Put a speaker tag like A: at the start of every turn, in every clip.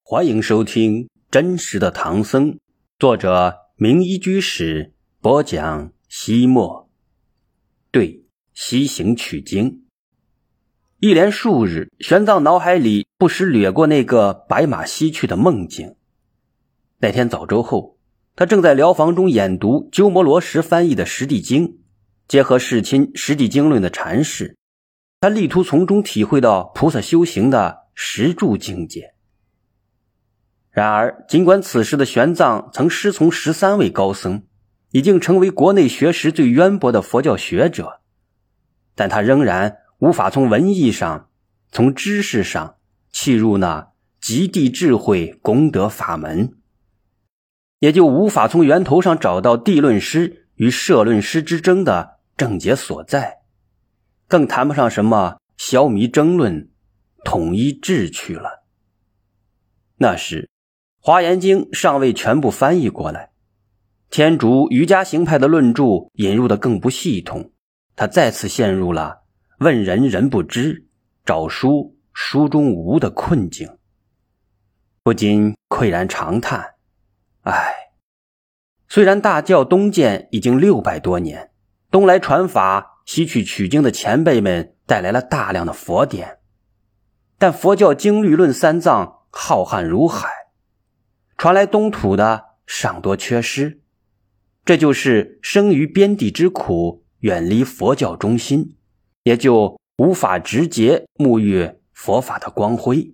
A: 欢迎收听《真实的唐僧》，作者明一居士播讲西末。对，西行取经。一连数日，玄奘脑海里不时掠过那个白马西去的梦境。那天早粥后，他正在疗房中研读鸠摩罗什翻译的《十地经》，结合世亲《十地经论》的阐释，他力图从中体会到菩萨修行的实住境界。然而，尽管此时的玄奘曾师从13位高僧，已经成为国内学识最渊博的佛教学者，但他仍然无法从文艺上、从知识上契入那极地智慧功德法门，也就无法从源头上找到地论师与摄论师之争的症结所在，更谈不上什么消弭争论、统一志去了。那时华严经尚未全部翻译过来，天竺瑜伽行派的论著引入的更不系统，他再次陷入了问人人不知，找书书中无的困境，不禁喟然长叹，虽然大教东渐已经600多年，东来传法西去取经的前辈们带来了大量的佛典，但佛教经律论三藏浩瀚如海，传来东土的尚多缺失，这就是生于边地之苦，远离佛教中心，也就无法直接沐浴佛法的光辉。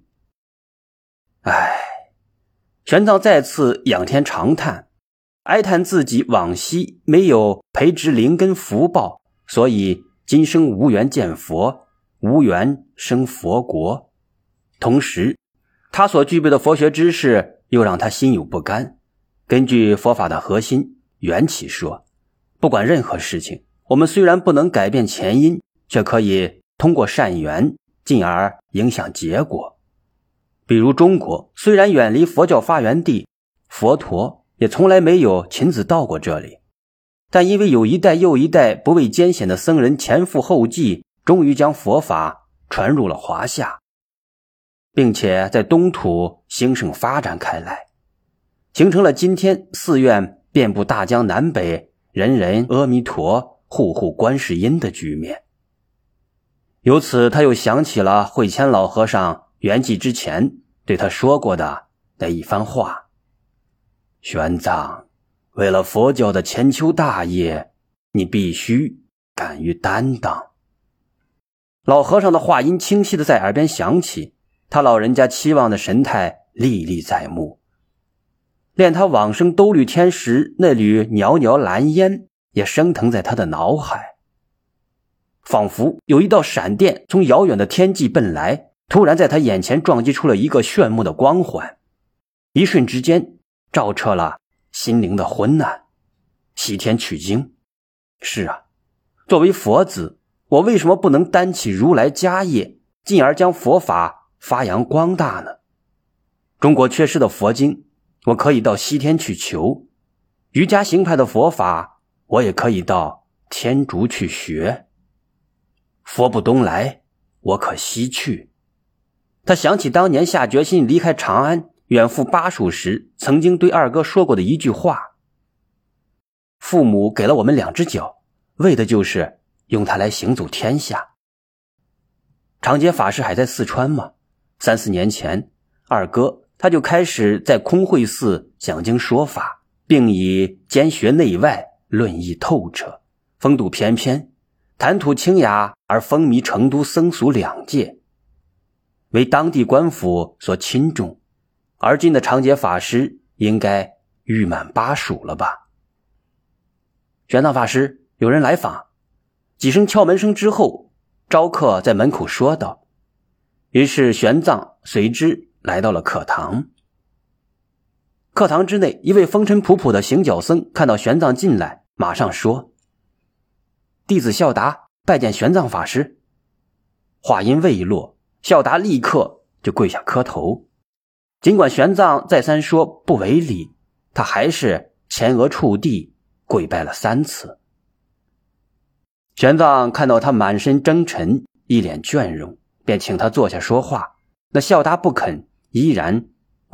A: 玄奘再次仰天长叹，哀叹自己往昔没有培植灵根福报，所以今生无缘见佛，无缘生佛国。同时他所具备的佛学知识又让他心有不甘。根据佛法的核心缘起说，不管任何事情，我们虽然不能改变前因，却可以通过善缘进而影响结果。比如中国虽然远离佛教发源地，佛陀也从来没有亲自到过这里，但因为有一代又一代不畏艰险的僧人前赴后继，终于将佛法传入了华夏，并且在东土兴盛发展开来，形成了今天寺院遍布大江南北，人人阿弥陀，户户观世音的局面。由此他又想起了慧谦老和尚圆寂之前对他说过的那一番话：玄奘，为了佛教的千秋大业，你必须敢于担当。老和尚的话音清晰地在耳边响起，他老人家期望的神态历历在目，连他往生兜率天时那缕袅袅蓝烟也升腾在他的脑海，仿佛有一道闪电从遥远的天际奔来，突然在他眼前撞击出了一个炫目的光环，一瞬之间照彻了心灵的昏暗。西天取经，是啊，作为佛子，我为什么不能担起如来家业，进而将佛法发扬光大呢？中国缺失的佛经，我可以到西天去求；瑜伽行派的佛法，我也可以到天竺去学。佛不东来，我可西去。他想起当年下决心离开长安远赴巴蜀时，曾经对二哥说过的一句话：父母给了我们2只脚，为的就是用它来行走天下。长捷法师还在四川吗？3、4年前，二哥他就开始在空慧寺讲经说法，并以兼学内外，论义透彻，风度翩翩，谈吐清雅，而风靡成都僧俗2界，为当地官府所钦重。而今的长捷法师应该誉满巴蜀了吧？玄奘法师，有人来访。几声敲门声之后，招客在门口说道。于是玄奘随之来到了课堂。课堂之内，一位风尘仆仆的行脚僧看到玄奘进来，马上说：弟子孝达拜见玄奘法师。话音未落，孝达立刻就跪下磕头。尽管玄奘再三说不为礼，他还是前额触地跪拜了3次。玄奘看到他满身征尘，一脸倦容，便请他坐下说话。那孝达不肯，依然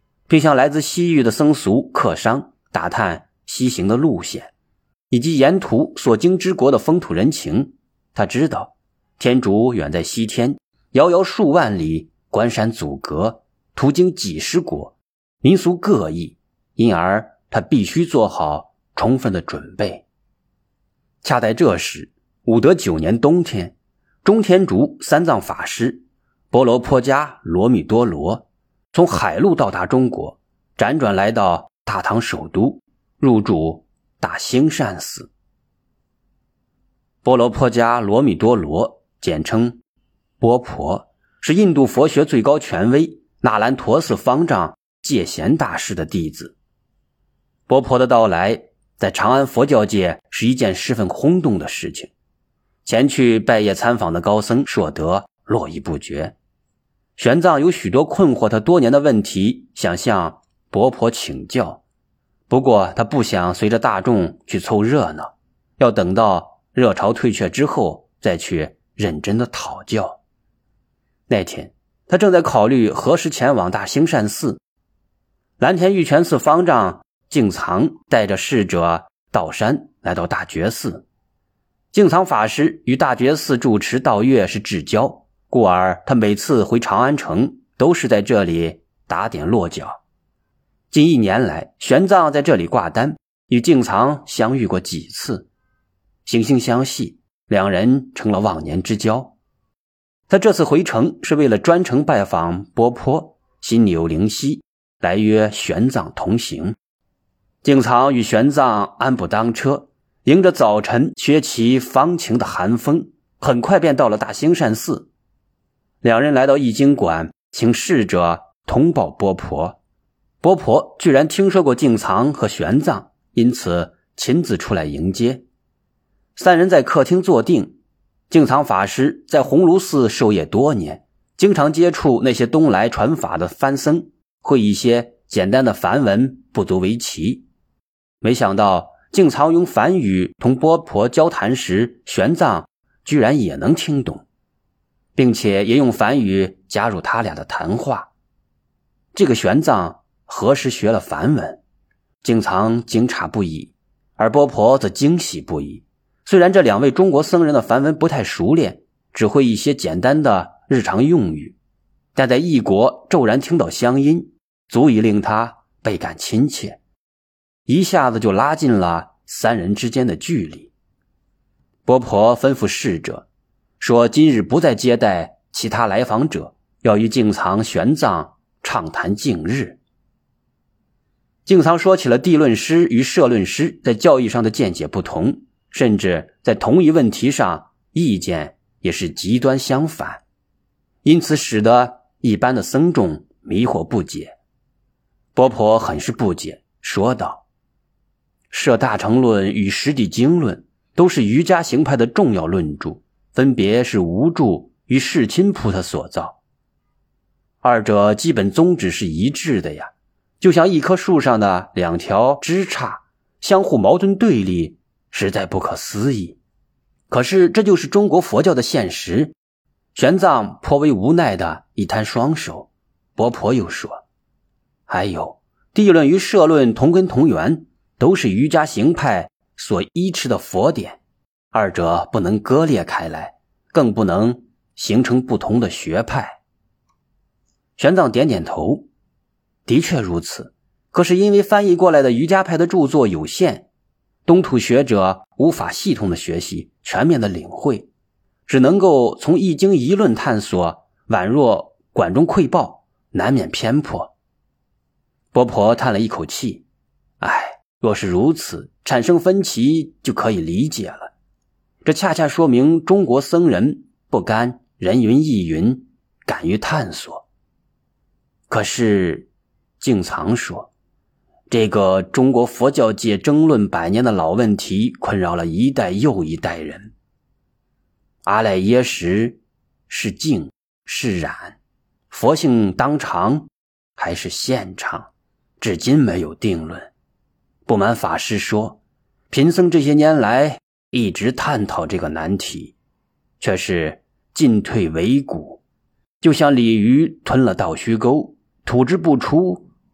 A: 并向来自西域的僧俗客商打探西行的路线，以及沿途所经之国的风土人情。他知道天竺远在西天，遥遥数万里，关山阻隔，途经几十国，民俗各异，因而他必须做好充分的准备。恰在这时，武德9年冬天，中天竺三藏法师波罗坡迦罗密多罗从海路到达中国，辗转来到大唐首都，入住大兴善寺。波罗坡迦罗密多罗简称波婆，是印度佛学最高权威那兰陀寺方丈戒贤大师的弟子。波婆的到来在长安佛教界是一件十分轰动的事情，前去拜谒参访的高僧硕德络绎不绝。玄奘有许多困惑他多年的问题想向波婆请教，不过他不想随着大众去凑热闹，要等到热潮退却之后再去认真的讨教。那天他正在考虑何时前往大兴善寺，蓝田玉泉寺方丈净藏带着侍者道山来到大觉寺。净藏法师与大觉寺住持道月是至交，故而他每次回长安城都是在这里打点落脚。近1年来，玄奘在这里挂单，与净藏相遇过几次，惺惺相惜，两人成了忘年之交。他这次回城是为了专程拜访波婆，心有灵犀，来约玄奘同行。净藏与玄奘安步当车，迎着早晨削其芳情的寒风，很快便到了大兴善寺。两人来到译经馆，请侍者通报波婆。波婆居然听说过净藏和玄奘，因此亲自出来迎接。三人在客厅坐定。净藏法师在鸿胪寺授业多年，经常接触那些东来传法的番僧，会一些简单的梵文不足为奇。没想到净藏用梵语同波婆交谈时，玄奘居然也能听懂，并且也用梵语加入他俩的谈话。这个玄奘何时学了梵文？净藏惊诧不已，而波婆则惊喜不已。虽然这两位中国僧人的梵文不太熟练，只会一些简单的日常用语，但在异国骤然听到乡音，足以令他倍感亲切，一下子就拉近了三人之间的距离。波婆吩咐侍者说，今日不再接待其他来访者，要与净藏、玄奘畅谈近日。净藏说起了地论师与社论师在教义上的见解不同，甚至在同一问题上意见也是极端相反，因此使得一般的僧众迷惑不解。波婆很是不解，说道：摄大乘论与实地经论都是瑜伽行派的重要论著，分别是无著与世亲菩萨所造，二者基本宗旨是一致的呀，就像一棵树上的两条枝杈相互矛盾对立，实在不可思议。可是这就是中国佛教的现实。玄奘颇为无奈的一摊双手。波婆又说，还有地论与社论同根同源，都是瑜伽行派所依持的佛典，二者不能割裂开来，更不能形成不同的学派。玄奘点点头，的确如此，可是因为翻译过来的瑜伽派的著作有限，东土学者无法系统的学习，全面的领会，只能够从一经一论探索，宛若管中窥豹，难免偏颇。波婆叹了一口气，若是如此，产生分歧就可以理解了。这恰恰说明中国僧人不甘人云亦云，敢于探索。可是净藏说，这个中国佛教界争论100年的老问题困扰了一代又一代人。阿赖耶识是净是染，佛性当常还是现常，至今没有定论。不瞒法师说，贫僧这些年来一直探讨这个难题，却是进退维谷，就像鲤鱼吞了倒须沟，吐之不出，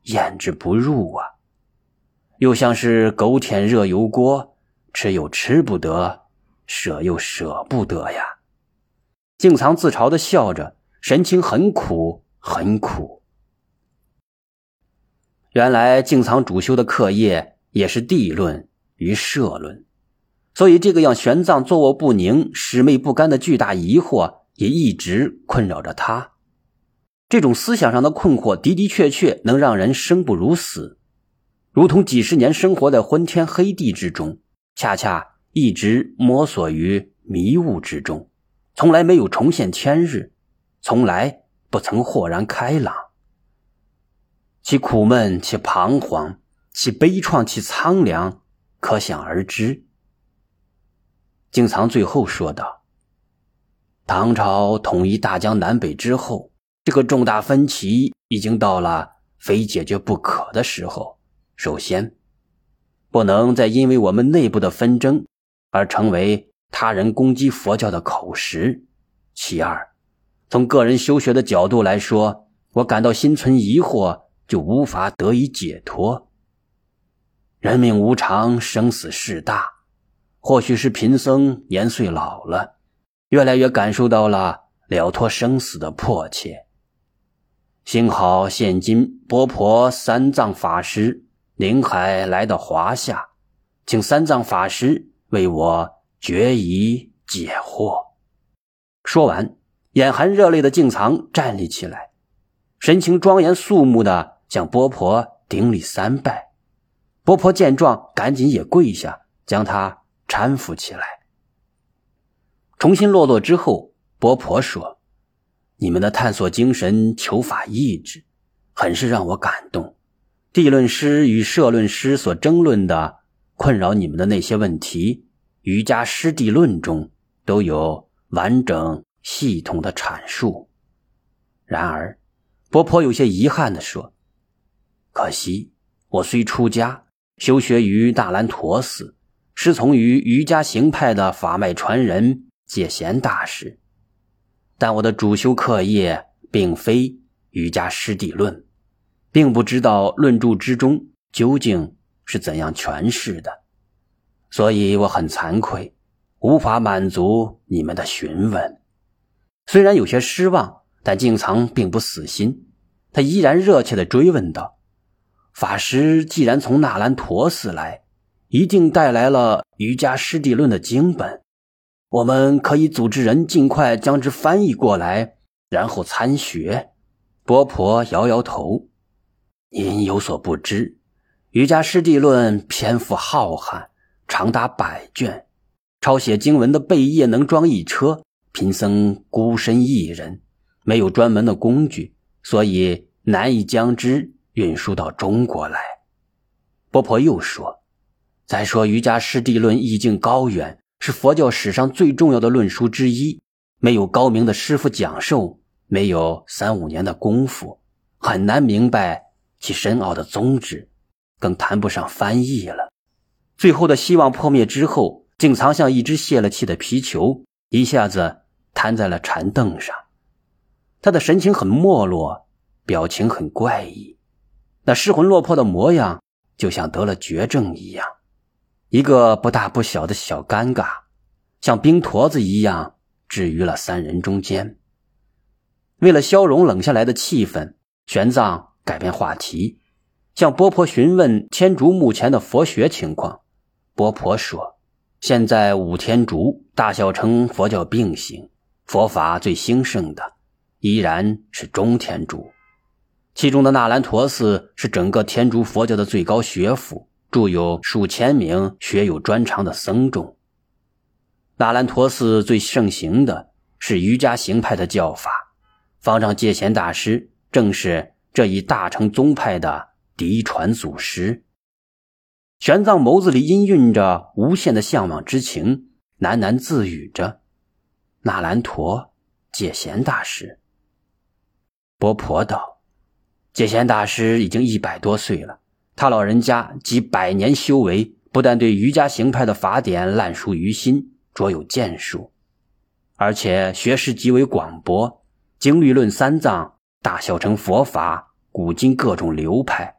A: 咽之不入啊，又像是狗舔热油锅，吃又吃不得，舍又舍不得呀。敬藏自嘲地笑着，神情很苦很苦。原来敬藏主修的课业也是地论与社论，所以这个让玄奘坐卧不宁、使寐不甘的巨大疑惑也一直困扰着他。这种思想上的困惑的的确确能让人生不如死，如同几十年生活在昏天黑地之中，恰恰一直摸索于迷雾之中，从来没有重现天日，从来不曾豁然开朗。其苦闷，其彷徨，其悲怆，其苍凉，可想而知。敬藏最后说道，唐朝统一大江南北之后，这个重大分歧已经到了非解决不可的时候。首先，不能再因为我们内部的纷争而成为他人攻击佛教的口实。其二，从个人修学的角度来说，我感到心存疑惑，就无法得以解脱。人命无常，生死事大，或许是贫僧年岁老了，越来越感受到了了脱生死的迫切。幸好现今波婆三藏法师临海来到华夏，请三藏法师为我决疑解惑。说完，眼含热泪的敬藏站立起来，神情庄严肃穆地向波婆顶礼三拜。波婆见状，赶紧也跪下，将他搀扶起来。重新落座之后，波婆说，你们的探索精神、求法意志很是让我感动。地论师与社论师所争论的困扰你们的那些问题，瑜伽师地论中都有完整系统的阐述。然而波婆有些遗憾地说，可惜我虽出家，修学于大兰陀寺，师从于瑜伽行派的法脉传人戒贤大师，但我的主修课业并非瑜伽师地论，并不知道论著之中究竟是怎样诠释的，所以我很惭愧，无法满足你们的询问。虽然有些失望，但敬藏并不死心，他依然热切地追问道，法师既然从那兰陀寺来，一定带来了瑜伽师地论的经本，我们可以组织人尽快将之翻译过来，然后参学。波婆摇摇头，您有所不知，瑜伽师地论篇幅浩瀚，长达100卷，抄写经文的背页能装一车，贫僧孤身一人，没有专门的工具，所以难以将之运输到中国来。波婆又说，再说瑜伽师地论意境高远，是佛教史上最重要的论书之一，没有高明的师父讲授，没有3-5年的功夫，很难明白其深奥的宗旨，更谈不上翻译了。最后的希望破灭之后，敬藏像一只泄了气的皮球，一下子瘫在了禅凳上。他的神情很没落，表情很怪异，那失魂落魄的模样就像得了绝症一样，一个不大不小的小尴尬，像冰坨子一样置于了3人中间。为了消融冷下来的气氛，玄奘改变话题，向波婆询问天竺目前的佛学情况。波婆说，现在5天竺大小乘佛教并行，佛法最兴盛的依然是中天竺，其中的那兰陀寺是整个天竺佛教的最高学府，著有数千名学有专长的僧众。那兰陀寺最盛行的是瑜伽行派的教法，方丈戒贤大师正是这一大乘宗派的嫡传祖师。玄奘眸子里氤氲着无限的向往之情，喃喃自语着，那兰陀戒贤大师。波婆道，戒贤大师已经100多岁了，他老人家几100年修为，不但对瑜伽行派的法典烂熟于心，卓有建树，而且学识极为广博，经律论三藏，大小乘佛法，古今各种流派，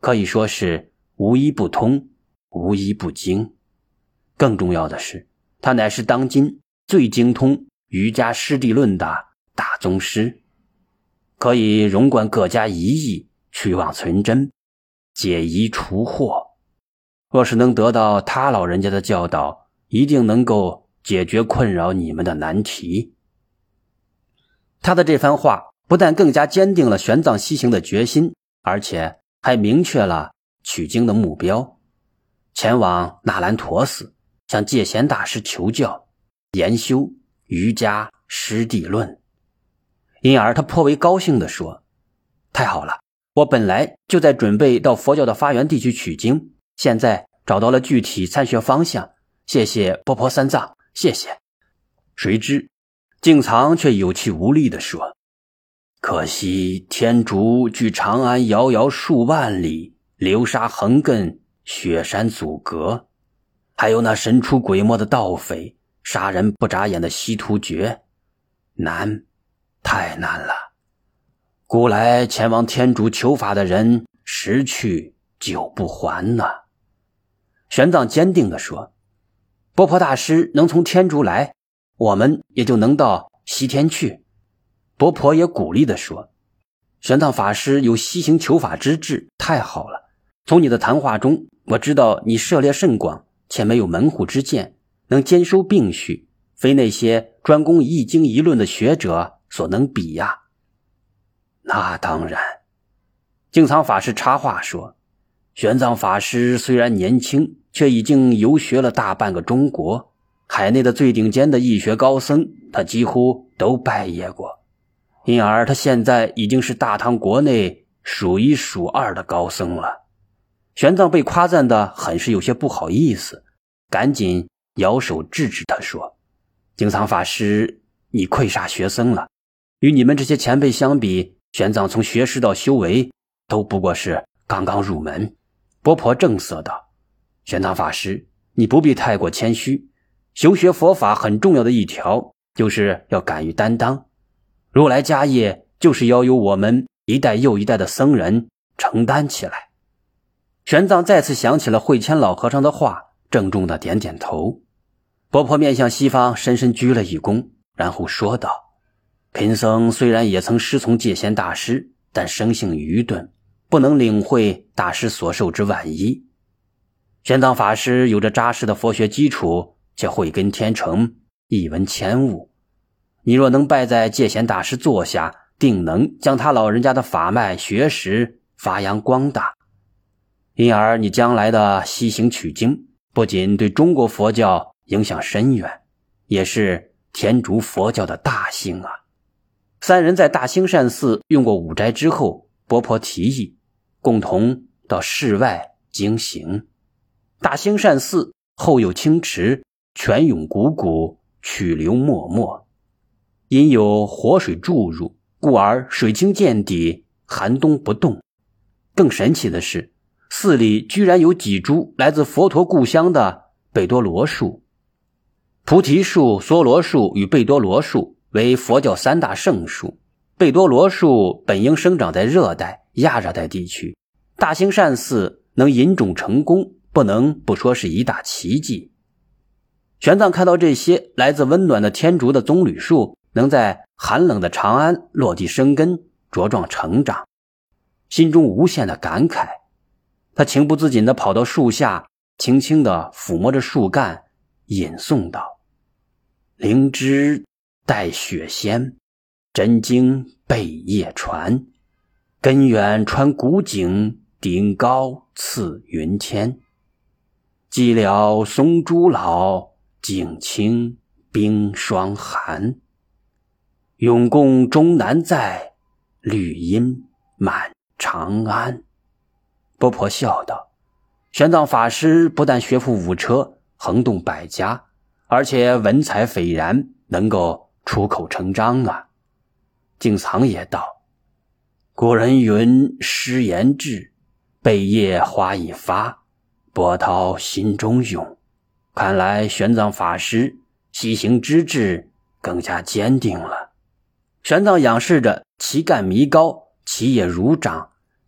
A: 可以说是无一不通，无一不精。更重要的是，他乃是当今最精通瑜伽师地论的大宗师，可以融贯各家疑义，去妄存真，解疑除惑。若是能得到他老人家的教导，一定能够解决困扰你们的难题。他的这番话不但更加坚定了玄奘西行的决心，而且还明确了取经的目标，前往那兰陀寺向戒贤大师求教，研修瑜伽师地论。因而他颇为高兴地说，太好了，我本来就在准备到佛教的发源地去取经，现在找到了具体参学方向，谢谢波婆三藏，谢谢。谁知净藏却有气无力地说，可惜天竺距长安遥遥数万里，流沙横亘，雪山阻隔，还有那神出鬼没的盗匪，杀人不眨眼的西突厥，难，太难了。古来前往天竺求法的人，十去九不还呢。玄奘坚定地说，波婆大师能从天竺来，我们也就能到西天去。波婆也鼓励地说，玄奘法师有西行求法之志，太好了。从你的谈话中，我知道你涉猎甚广，且没有门户之见，能兼收并蓄，非那些专攻一经一论的学者所能比呀。那当然。净藏法师插话说，玄奘法师虽然年轻，却已经游学了大半个中国，海内的最顶尖的易学高僧，他几乎都拜谒过，因而他现在已经是大唐国内数一数二的高僧了。玄奘被夸赞的很是有些不好意思，赶紧摇手制止他说，净藏法师，你愧煞学僧了，与你们这些前辈相比，玄奘从学识到修为都不过是刚刚入门。波婆正色道，玄奘法师，你不必太过谦虚，修学佛法很重要的一条就是要敢于担当，如来家业就是要由我们一代又一代的僧人承担起来。玄奘再次想起了慧谦老和尚的话，郑重地点点头。波婆面向西方深深鞠了一躬，然后说道，贫僧虽然也曾师从戒贤大师，但生性愚钝，不能领会大师所授之万一。玄奘法师有着扎实的佛学基础，且慧根天成，一闻千悟。你若能拜在戒贤大师座下，定能将他老人家的法脉学识发扬光大。因而你将来的西行取经，不仅对中国佛教影响深远，也是天竺佛教的大幸啊。三人在大兴善寺用过午斋之后，波婆提议共同到室外经行。大兴善寺后有清池，泉涌汩汩，曲流脉脉，因有活水注入，故而水清见底，寒冬不动。更神奇的是，寺里居然有几株来自佛陀故乡的贝多罗树。菩提树、梭罗树与贝多罗树为佛教三大圣树。贝多罗树本应生长在热带、亚热带地区，大兴善寺能引种成功，不能不说是一大奇迹。玄奘看到这些来自温暖的天竺的棕榈树能在寒冷的长安落地生根，茁壮成长，心中无限的感慨。他情不自禁地跑到树下，轻轻地抚摸着树干，吟诵道，灵芝带雪仙，真经被叶传，根源穿古井，顶高次云天，寂寥松竹老，景清冰霜寒，永共终南在，绿荫满长安。波婆笑道，玄奘法师不但学富五车，横动百家，而且文采斐然，能够出口成章啊。净藏也道，古人云，诗言志，贝叶花一发，波涛心中涌。看来玄奘法师西行之志更加坚定了。玄奘仰视着旗干弥高，其叶如掌，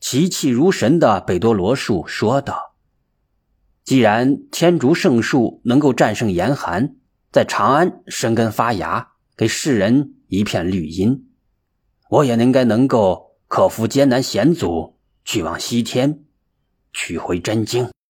A: 奇气如神的北多罗树说道：既然天竺圣树能够战胜严寒，在长安生根发芽，给世人一片绿荫，我也应该能够克服艰难险阻，去往西天，取回真经。